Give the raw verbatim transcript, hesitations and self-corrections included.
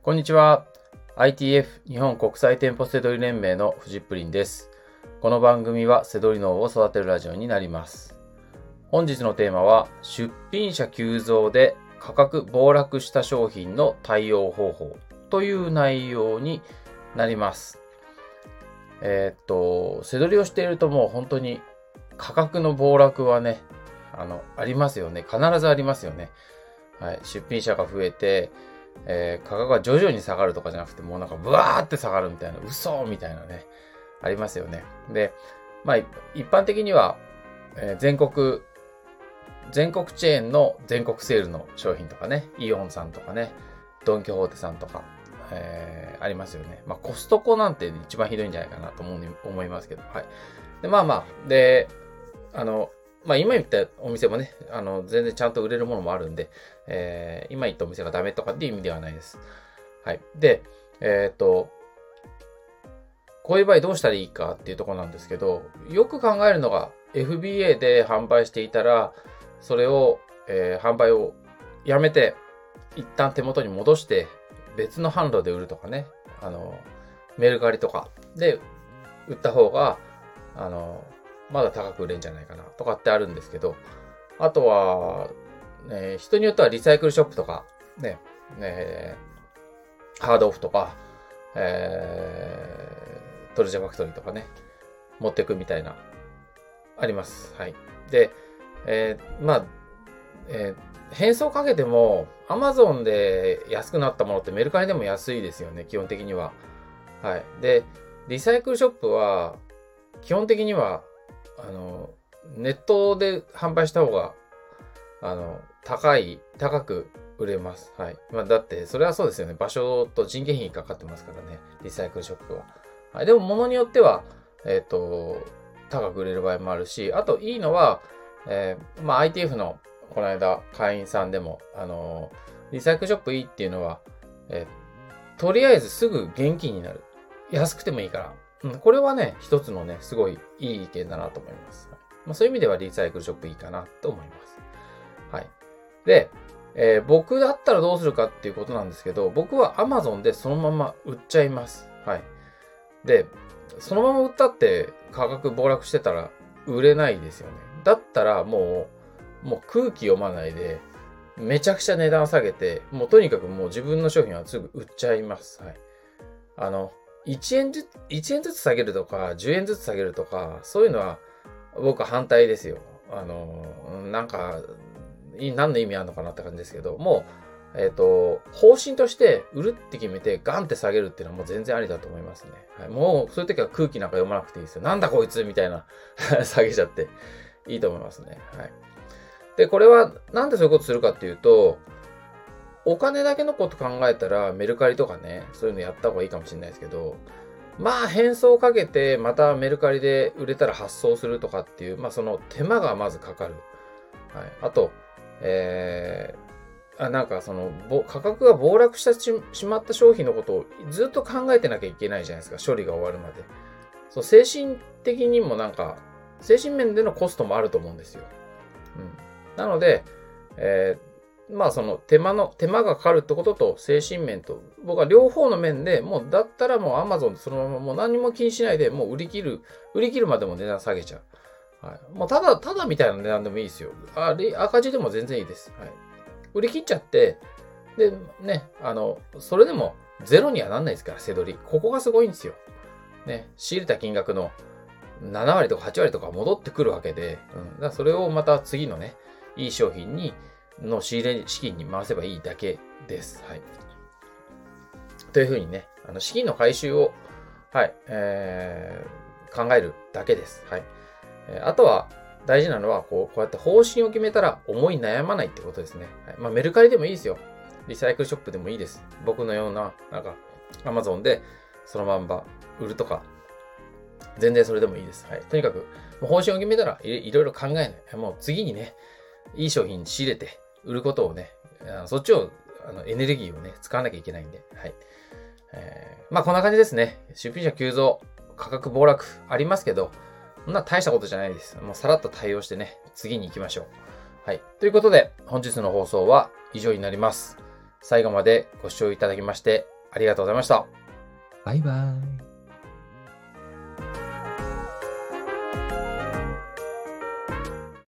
こんにちは。アイティーエフ 日本国際店舗セドリ連盟のフジップリンです。この番組はセドリ脳を育てるラジオになります。本日のテーマは出品者急増で価格暴落した商品の対応方法という内容になります。えー、っと、セドリをしているともう本当に価格の暴落はね、あの、ありますよね。必ずありますよね。はい。出品者が増えて、えー、価格が徐々に下がるとかじゃなくて、もうなんかブワーって下がるみたいな、嘘みたいなね、ありますよね。で、まあ、一般的には、えー、全国、全国チェーンの全国セールの商品とかね、イオンさんとかね、ドンキホーテさんとか、えー、ありますよね。まあ、コストコなんて一番ひどいんじゃないかなと思う思いますけど、はい。で、まあまあ、で、あの、まあ今言ったお店もね、あの、全然ちゃんと売れるものもあるんで、えー、今言ったお店がダメとかっていう意味ではないです。はい。で、えっと、こういう場合どうしたらいいかっていうところなんですけど、よく考えるのが エフビーエー で販売していたら、それを、えー、販売をやめて、一旦手元に戻して、別の販路で売るとかね、あの、メルカリとかで売った方が、あの、まだ高く売れんじゃないかなとかってあるんですけど、あとは、ね、人によってはリサイクルショップとか、ね、ねハードオフとか、えー、トルジャファクトリーとかね、持っていくみたいな、あります。はい。で、えー、まあ、えー、変装かけても、Amazon で安くなったものってメルカリでも安いですよね、基本的には。はい。で、リサイクルショップは、基本的には、あの、ネットで販売した方が、あの、高い、高く売れます。はい。まあ、だって、それはそうですよね。場所と人件費かかってますからね。リサイクルショップは。はい。でも、物によっては、えっと、高く売れる場合もあるし、あと、いいのは、えー、まあ、アイティーエフ の、この間、会員さんでも、あの、リサイクルショップいいっていうのは、えー、とりあえずすぐ現金になる。安くてもいいから。うん、これはね、一つのね、すごいいい意見だなと思います。まあ、そういう意味ではリサイクルショップいいかなと思います。はい。で、えー、僕だったらどうするかっていうことなんですけど、僕は Amazon でそのまま売っちゃいます。はい。で、そのまま売ったって価格暴落してたら売れないですよね。だったらもう、もう空気読まないで、めちゃくちゃ値段下げて、もうとにかくもう自分の商品はすぐ売っちゃいます。はい。あの、いちえんずつ、いちえんずつ下げるとか、じゅうえんずつ下げるとか、そういうのは僕は反対ですよ。あの、なんか、何の意味あるのかなって感じですけど、もう、えっと、方針として売るって決めてガンって下げるっていうのはもう全然ありだと思いますね。はい、もう、そういう時は空気なんか読まなくていいですよ。なんだこいつみたいな下げちゃっていいと思いますね。はい。で、これはなんでそういうことするかっていうと、お金だけのこと考えたらメルカリとかね、そういうのやった方がいいかもしれないですけど、まあ変装かけてまたメルカリで売れたら発送するとかっていう、まあその手間がまずかかる。はい。あと、えー、あなんかその価格が暴落してしまった商品のことをずっと考えてなきゃいけないじゃないですか。処理が終わるまで。そう、精神的にもなんか、精神面でのコストもあると思うんですよ。うん。なので、えーまあその手間の、手間がかかるってことと精神面と、僕は両方の面でもうだったらもう Amazon でそのままもう何も気にしないでもう売り切る、売り切るまでも値段下げちゃう。はい。もうただ、ただみたいな値段でもいいですよ。あ赤字でも全然いいです。はい。売り切っちゃって、で、ね、あの、それでもゼロにはなんないですから、背取り。ここがすごいんですよ。ね、仕入れた金額のななわりとかはちわりとか戻ってくるわけで、うん。だからそれをまた次のね、いい商品に、の仕入れ資金に回せばいいだけです。はい。というふうにね、あの資金の回収を、はい、えー、考えるだけです。はい。えー、あとは大事なのはこう、こうやって方針を決めたら思い悩まないってことですね。はい、まあメルカリでもいいですよ。リサイクルショップでもいいです。僕のような、なんか、Amazon でそのまんま売るとか、全然それでもいいです。はい。とにかく、もう方針を決めたらい、いろいろ考えない。もう次にね、いい商品仕入れて、売ることをね、そっちを、あの、エネルギーをね、使わなきゃいけないんで、はい。えー、まあ、こんな感じですね。出品者急増、価格暴落ありますけど、そんな大したことじゃないです。もうさらっと対応してね、次に行きましょう。はい。ということで、本日の放送は以上になります。最後までご視聴いただきまして、 ありがとうございました。 バイバイ。